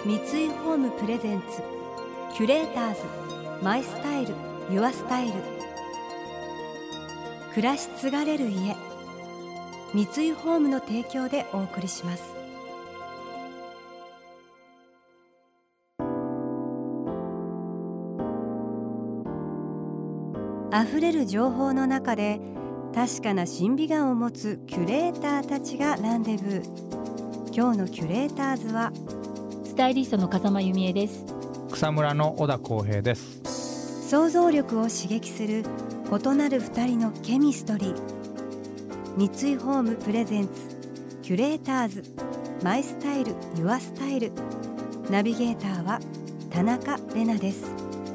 三井ホームプレゼンツキュレーターズマイスタイルユアスタイル。暮らし継がれる家、三井ホームの提供でお送りします。あふれる情報の中で確かな審美眼を持つキュレーターたちがランデブー。今日のキュレーターズはスタイリストの風間由美恵です。 草むらの小田康平です。 想像力を刺激する異なる二人のケミストリー。三井ホームプレゼンツキュレーターズマイスタイルユアスタイル。ナビゲーターは田中れなです。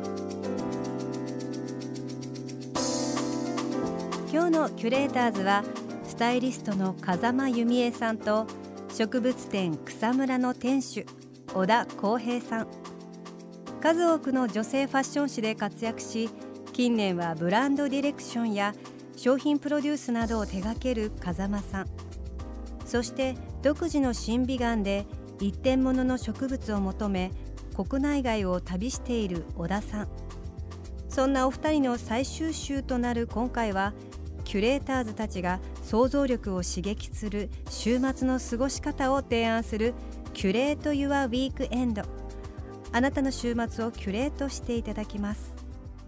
今日のキュレーターズはスタイリストの風間由美恵さんと植物店草むらの店主小田康平さん。数多くの女性ファッション誌で活躍し、近年はブランドディレクションや商品プロデュースなどを手掛ける風間さん。そして独自の審美眼で一点物の植物を求め国内外を旅している小田さん。そんなお二人の最終週となる今回は、キュレーターズたちが想像力を刺激する週末の過ごし方を提案するキュレート・ユア・ウィークエンド。あなたの週末をキュレートしていただきます。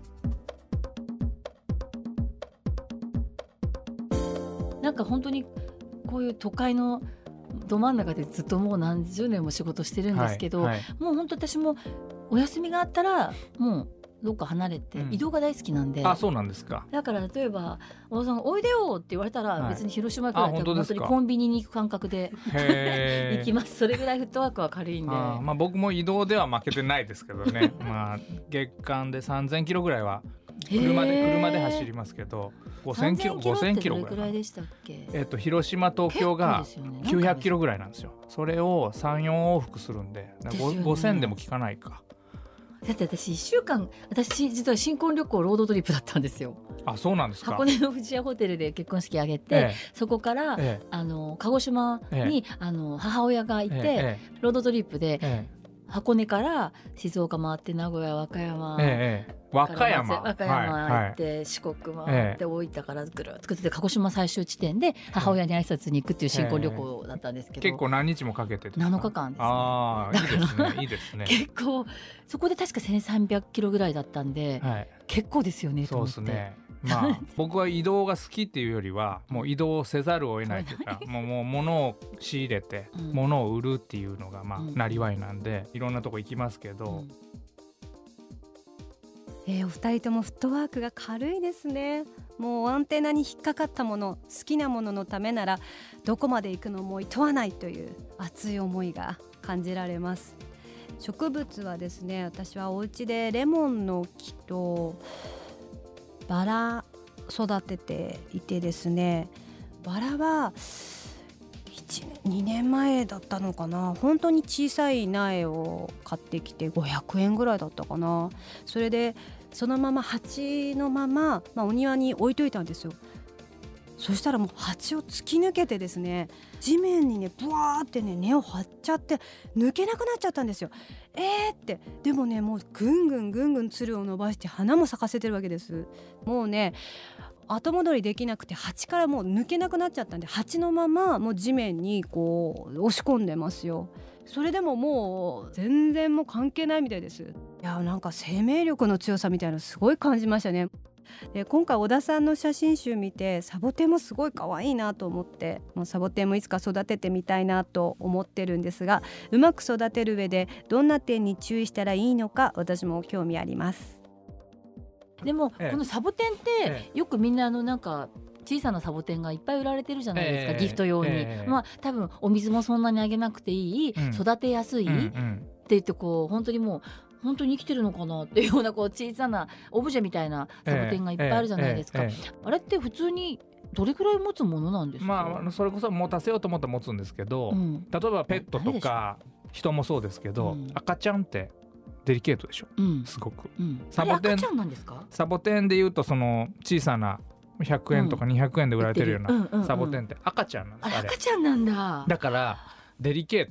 なんか本当にこういう都会のど真ん中でずっともう何十年も仕事してるんですけど、もう本当私もお休みがあったらもうどっか離れて、移動が大好きなんで。 あ、そうなんですか。 だから例えば小田さんがおいでよって言われたら、別に広島から本当にコンビニに行く感覚で行きます。それぐらいフットワークは軽いんで。 僕も移動では負けてないですけどね月間で3000キロぐらいは車で走りますけど、5000キロぐらい。 3000キロってどれくらいでしたっけ？ 広島東京が900キロぐらいなんですよ。それを 3,4 往復するんで、5000でも効かないか。 だって私1週間、実は新婚旅行ロードトリップだったんですよ。 あ、そうなんですか。 箱根の富士屋ホテルで結婚式挙げて、そこから、鹿児島に、母親がいて、ロードトリップで、箱根から静岡回って名古屋和歌山、 和歌山行って、四国回って大分からぐるっと作って、鹿児島最終地点で母親に挨拶に行くっていう新婚旅行だったんですけど、 結構何日もかけてですか ？7日間ですね。 ああ、いいですね。 結構そこで確か1300キロぐらいだったんで、結構ですよねと思って。 そうですね。僕は移動が好きっていうよりは、もう移動せざるを得ないというかもう物を仕入れて物を売るっていうのがなりわいなんで、いろんなとこ行きますけど、 お二人ともフットワークが軽いですね。もうアンテナに引っかかったもの、好きなもののためならどこまで行くのも厭わないという熱い思いが感じられます。植物はですね、私はお家でレモンの木とバラ育てていてですね、バラは2年前だったのかな、本当に小さい苗を買ってきて500円ぐらいだったかな。それでそのまま鉢のまま、お庭に置いといたんですよ。そしたらもう鉢を突き抜けてですね、地面にねブワーってね根を張っちゃって抜けなくなっちゃったんですよ。ってでもね、もうぐんぐんつるを伸ばして花も咲かせてるわけです。もうね後戻りできなくて、鉢からもう抜けなくなっちゃったんで、鉢のままもう地面にこう押し込んでますよ。それでももう全然もう関係ないみたいです。いや、なんか生命力の強さみたいなのすごい感じましたね。で、今回小田さんの写真集見て、サボテンもすごい可愛いなと思って、もうサボテンもいつか育ててみたいなと思ってるんですが、うまく育てる上でどんな点に注意したらいいのか、私も興味あります。 でも、このサボテンって、よくみんななんか小さなサボテンがいっぱい売られてるじゃないですか、ギフト用に。多分お水もそんなにあげなくていい、育てやすいって言って、こう本当にもう本当に生きてるのかなっていうようなこう小さなオブジェみたいなサボテンがいっぱいあるじゃないですか。あれって普通にどれくらい持つものなんですか？ それこそ持たせようと思ったら持つんですけど、例えばペットとか人もそうですけど、赤ちゃんってデリケートでしょ、すごく。 サボテン、赤ちゃんなんですか？ サボテンでいうとその小さな100円とか200円で売られてるようなサボテンって赤ちゃんなんです。 赤ちゃんなんだ。 だからデリケート、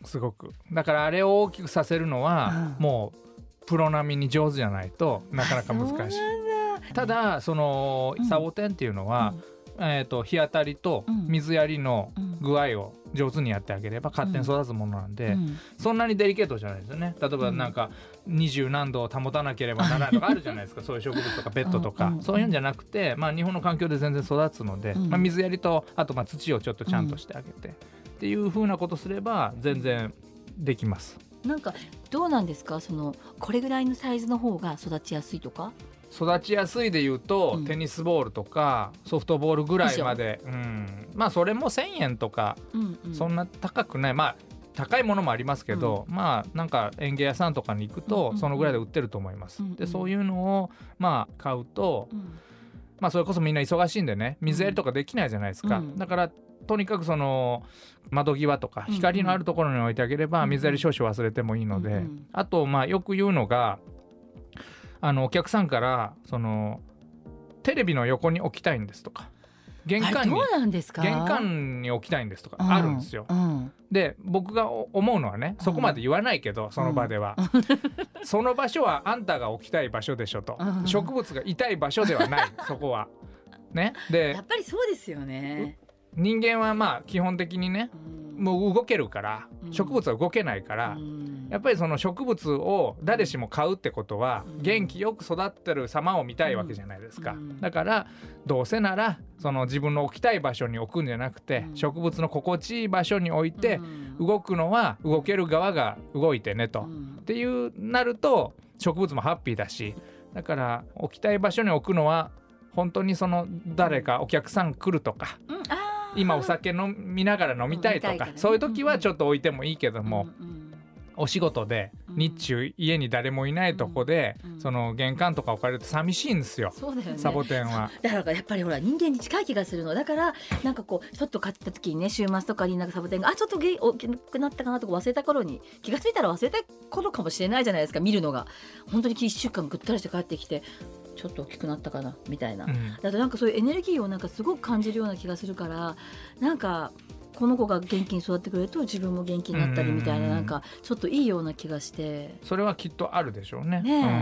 すごく。だからあれを大きくさせるのは、もうプロ並みに上手じゃないとなかなか難しい。ただそのサボテンっていうのは、日当たりと水やりの具合を上手にやってあげれば勝手に育つものなんで、そんなにデリケートじゃないですよね。例えばなんか20何度を保たなければならないとかあるじゃないですかそういう植物とかペットとか、そういうんじゃなくて、日本の環境で全然育つので、水やりとあと土をちょっとちゃんとしてあげて、っていう風なことすれば全然できます。 なんかどうなんですか、これぐらいのサイズの方が育ちやすいとか。 育ちやすいでいうと、テニスボールとかソフトボールぐらいまで、それも1000円とか、そんな高くない、高いものもありますけど、なんか園芸屋さんとかに行くとそのぐらいで売ってると思います。でそういうのを買うと、それこそみんな忙しいんでね、水やりとかできないじゃないですか。だからとにかくその窓際とか光のあるところに置いてあげれば、水やり少々忘れてもいいので、あとよく言うのが、お客さんからテレビの横に置きたいんですとか、玄関に置きたいんですとかあるんですよ。で僕が思うのはね、そこまで言わないけど、その場ではその場所はあんたが置きたい場所でしょと、植物がいたい場所ではないそこはね。でやっぱりそうですよね。 人間は基本的にね、もう動けるから、植物は動けないから、やっぱりその植物を誰しも買うってことは、元気よく育ってる様を見たいわけじゃないですか。だからどうせならその自分の置きたい場所に置くんじゃなくて、植物の心地いい場所に置いて、動くのは動ける側が動いてねと、っていうなると植物もハッピーだし、だから置きたい場所に置くのは本当にその誰かお客さん来るとか、今お酒飲みながら飲みたいとか、そういう時はちょっと置いてもいいけども、お仕事で日中家に誰もいないとこで、その玄関とか置かれると寂しいんですよ。 そうだよね、 サボテンは。 だからやっぱりほら人間に近い気がするのだから、なんかこうちょっと買った時にね、週末とかになんかサボテンがちょっと大きくなったかなとか忘れた頃に、気がついたら忘れた頃かもしれないじゃないですか、見るのが。本当に1週間ぐったりして帰ってきてちょっと大きくなったかなみたいな、だとなんかそういうエネルギーをなんかすごく感じるような気がするから、なんかこの子が元気に育ってくれると自分も元気になったりみたいな、なんかちょっといいような気がして、 それはきっとあるでしょうね。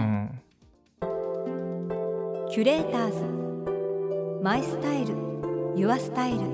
キュレーターズマイスタイルユアスタイル。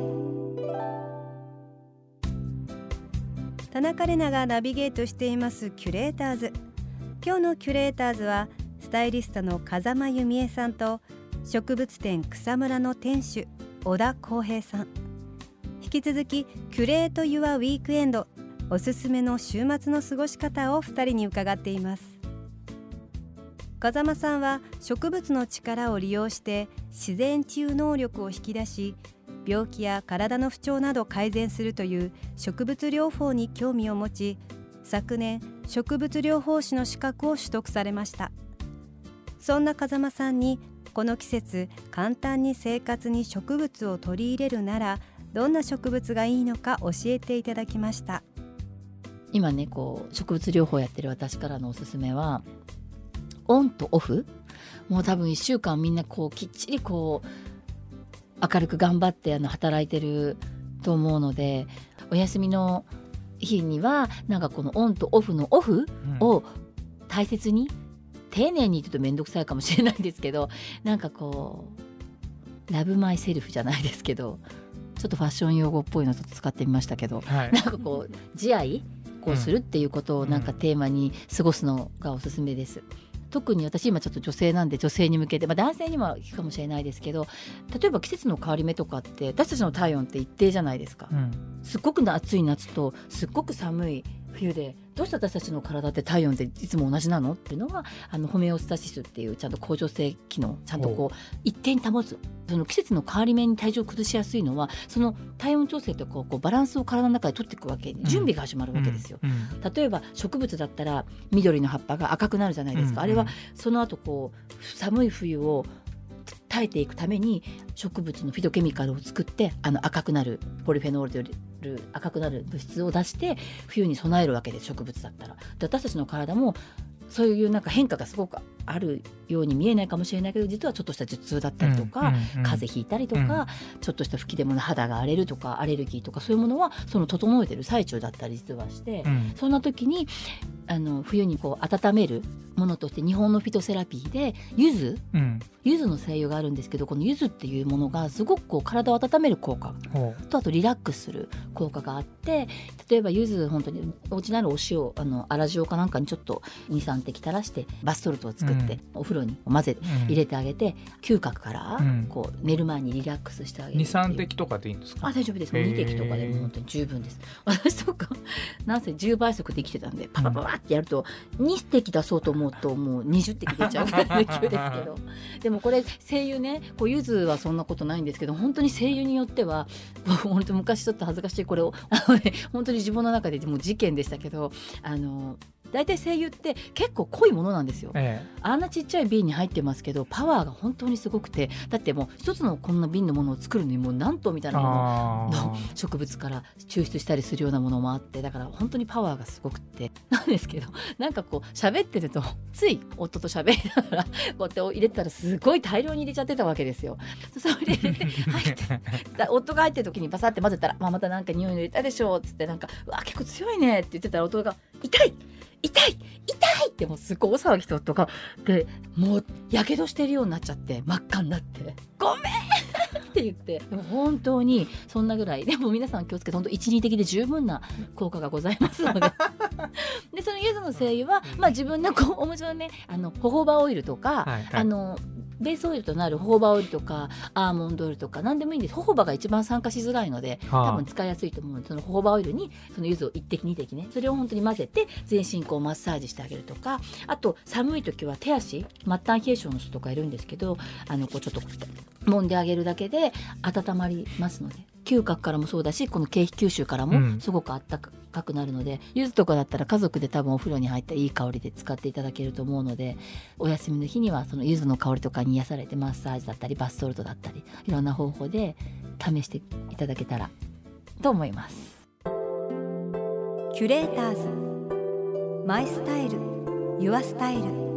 田中玲奈がナビゲートしていますキュレーターズ。今日のキュレーターズはスタイリストの風間由美恵さんと植物店草むらの店主小田康平さん。引き続きキュレートユアウィークエンド、おすすめの週末の過ごし方を2人に伺っています。風間さんは植物の力を利用して自然治癒能力を引き出し、病気や体の不調など改善するという植物療法に興味を持ち、昨年植物療法士の資格を取得されました。そんな風間さんに、この季節簡単に生活に植物を取り入れるならどんな植物がいいのか教えていただきました。 今ね、こう植物療法やってる私からのおすすめはオンとオフ。もう多分1週間みんなこうきっちりこう明るく頑張って働いてると思うので、お休みの日にはなんかこのオンとオフのオフを大切に、丁寧に言うと面倒くさいかもしれないんですけど、なんかこうラブマイセルフじゃないですけど、ちょっとファッション用語っぽいのと使ってみましたけど、なんかこう自愛こうするっていうことをなんかテーマに過ごすのがおすすめです。特に私今ちょっと女性なんで、女性に向けて、男性にも聞くかもしれないですけど、例えば季節の変わり目とかって私たちの体温って一定じゃないですか、すっごく暑い夏とすっごく寒い冬で、どうして私たちの体って体温っていつも同じなのっていうのは、ホメオスタシスっていうちゃんと恒常性機能ちゃんとこう一定に保つ。その季節の変わり目に体調を崩しやすいのは、その体温調整とこうバランスを体の中で取っていくわけに準備が始まるわけですよ。例えば植物だったら緑の葉っぱが赤くなるじゃないですか、あれはその後こう寒い冬を耐えていくために植物のフィトケミカルを作って、赤くなるポリフェノールという赤くなる物質を出して冬に備えるわけです、植物だったら。で、私たちの体もそういうなんか変化がすごくあるように見えないかもしれないけど、実はちょっとした頭痛だったりとか、風邪ひいたりとか、ちょっとした吹き出物、肌が荒れるとかアレルギーとか、そういうものはその整えてる最中だったり実はして、そんな時に冬にこう温めるものとして日本のフィトセラピーで柚子の精油があるんですけど、この柚子っていうものがすごくこう体を温める効果と、あとリラックスする効果があって、例えば柚子本当にお家にあるお塩、粗塩かなんかにちょっと 2,3 滴垂らしてバスソルトを作って、お風呂に混ぜ入れてあげて、嗅覚からこう寝る前にリラックスしてあげる。 2,3 滴とかでいいんですか？ 大丈夫です。2滴とかでも本当に十分です。私とかなんせ10倍速で生きてたんで、パパパパってやると2滴出そうと思うともう20滴出ちゃうぐらいの勢いですけどでもこれ精油ね、こう柚子はそんなことないんですけど、本当に精油によっては本当昔ちょっと恥ずかしいこれを本当に自分の中でもう事件でしたけど、だいたい精油って結構濃いものなんですよ、あんなちっちゃい瓶に入ってますけどパワーが本当にすごくて、だってもう一つのこんな瓶のものを作るのにもう何頭みたいなものの植物から抽出したりするようなものもあって、だから本当にパワーがすごくてなんですけど、なんかこう喋ってるとつい夫と喋りながらこうやって入れてたらすごい大量に入れちゃってたわけですよ。それで入って夫が入ってる時にバサって混ぜたら、またなんか匂いの入れたでしょっつって、なんかうわ結構強いねって言ってたら、夫が痛いってもうすごい大騒ぎととかで、もうやけどしてるようになっちゃって真っ赤になってごめんって言って、でも本当にそんなぐらいでも皆さん気をつけて、本当 1,2 滴で十分な効果がございますのででその柚子の精油は、自分のおもちろんね、ホホバオイルとか、ベースオイルとなるホホバオイルとかアーモンドオイルとか何でもいいんです。ホホバが一番酸化しづらいので多分使いやすいと思うので、そのホホバオイルにその柚子を1滴2滴ね、それを本当に混ぜて全身こうマッサージしてあげるとか、あと寒い時は手足、末端冷え性の人とかいるんですけど、こうちょっと揉んであげるだけで温まりますので、嗅覚からもそうだし、この経皮吸収からもすごくあったかくなるので、柚子とかだったら家族で多分お風呂に入ったいい香りで使っていただけると思うので、お休みの日にはその柚子の香りとかに癒されて、マッサージだったりバスソルトだったりいろんな方法で試していただけたらと思います。 キュレーターズマイスタイルユアスタイル。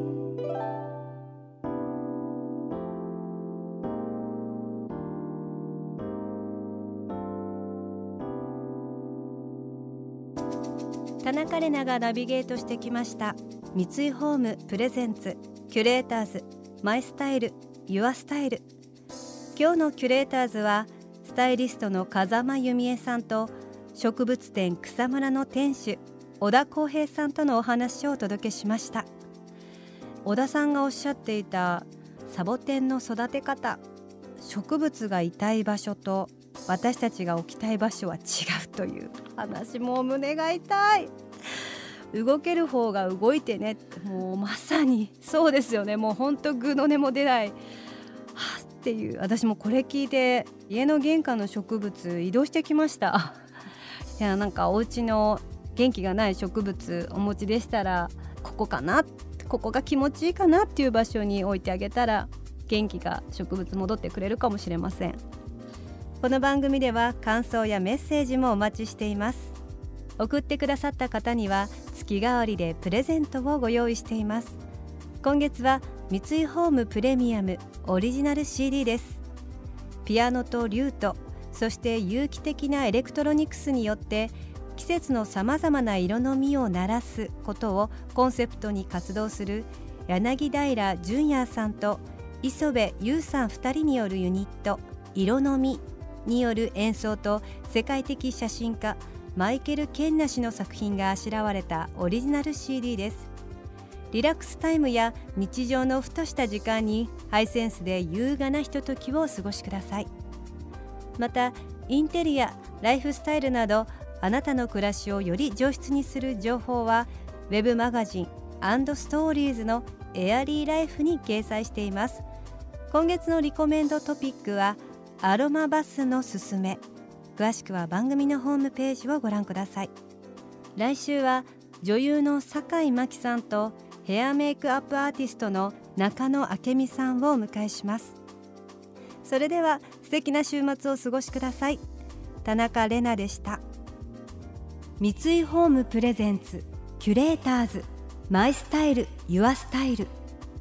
田中れながナビゲートしてきました三井ホームプレゼンツキュレーターズマイスタイルユアスタイル。今日のキュレーターズはスタイリストの風間由美恵さんと植物店草むらの店主小田康平さんとのお話をお届けしました。小田さんがおっしゃっていたサボテンの育て方、植物がいたい場所と私たちが置きたい場所は違うという話、もう胸が痛い。動ける方が動いてね、もうまさにそうですよね。もうほんと具の根も出ないっていう、私もこれ聞いて家の玄関の植物移動してきましたいや、なんかお家の元気がない植物お持ちでしたら、ここかな、ここが気持ちいいかなっていう場所に置いてあげたら、元気が植物戻ってくれるかもしれません。この番組では感想やメッセージもお待ちしています。送ってくださった方には月替わりでプレゼントをご用意しています。今月は三井ホームプレミアムオリジナル CD です。ピアノとリュート、そして有機的なエレクトロニクスによって季節のさまざまな色の実を鳴らすことをコンセプトに活動する柳平純也さんと磯部優さん2人によるユニット色の実による演奏と、世界的写真家マイケル・ケンナ氏の作品があしらわれたオリジナル CD です。リラックスタイムや日常のふとした時間にハイセンスで優雅なひとときをお過ごしください。またインテリア、ライフスタイルなどあなたの暮らしをより上質にする情報はウェブマガジン&ストーリーズのエアリーライフに掲載しています。今月のリコメンドトピックはアロマバスのすすめ。詳しくは番組のホームページをご覧ください。来週は女優の酒井真紀さんとヘアメイクアップアーティストの中野明美さんをお迎えします。それでは素敵な週末をお過ごしください。田中れなでした。三井ホームプレゼンツキュレーターズマイスタイルユアスタイル。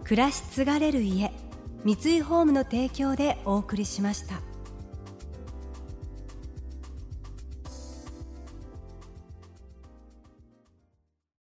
暮らし継がれる家、三井ホームの提供でお送りしました。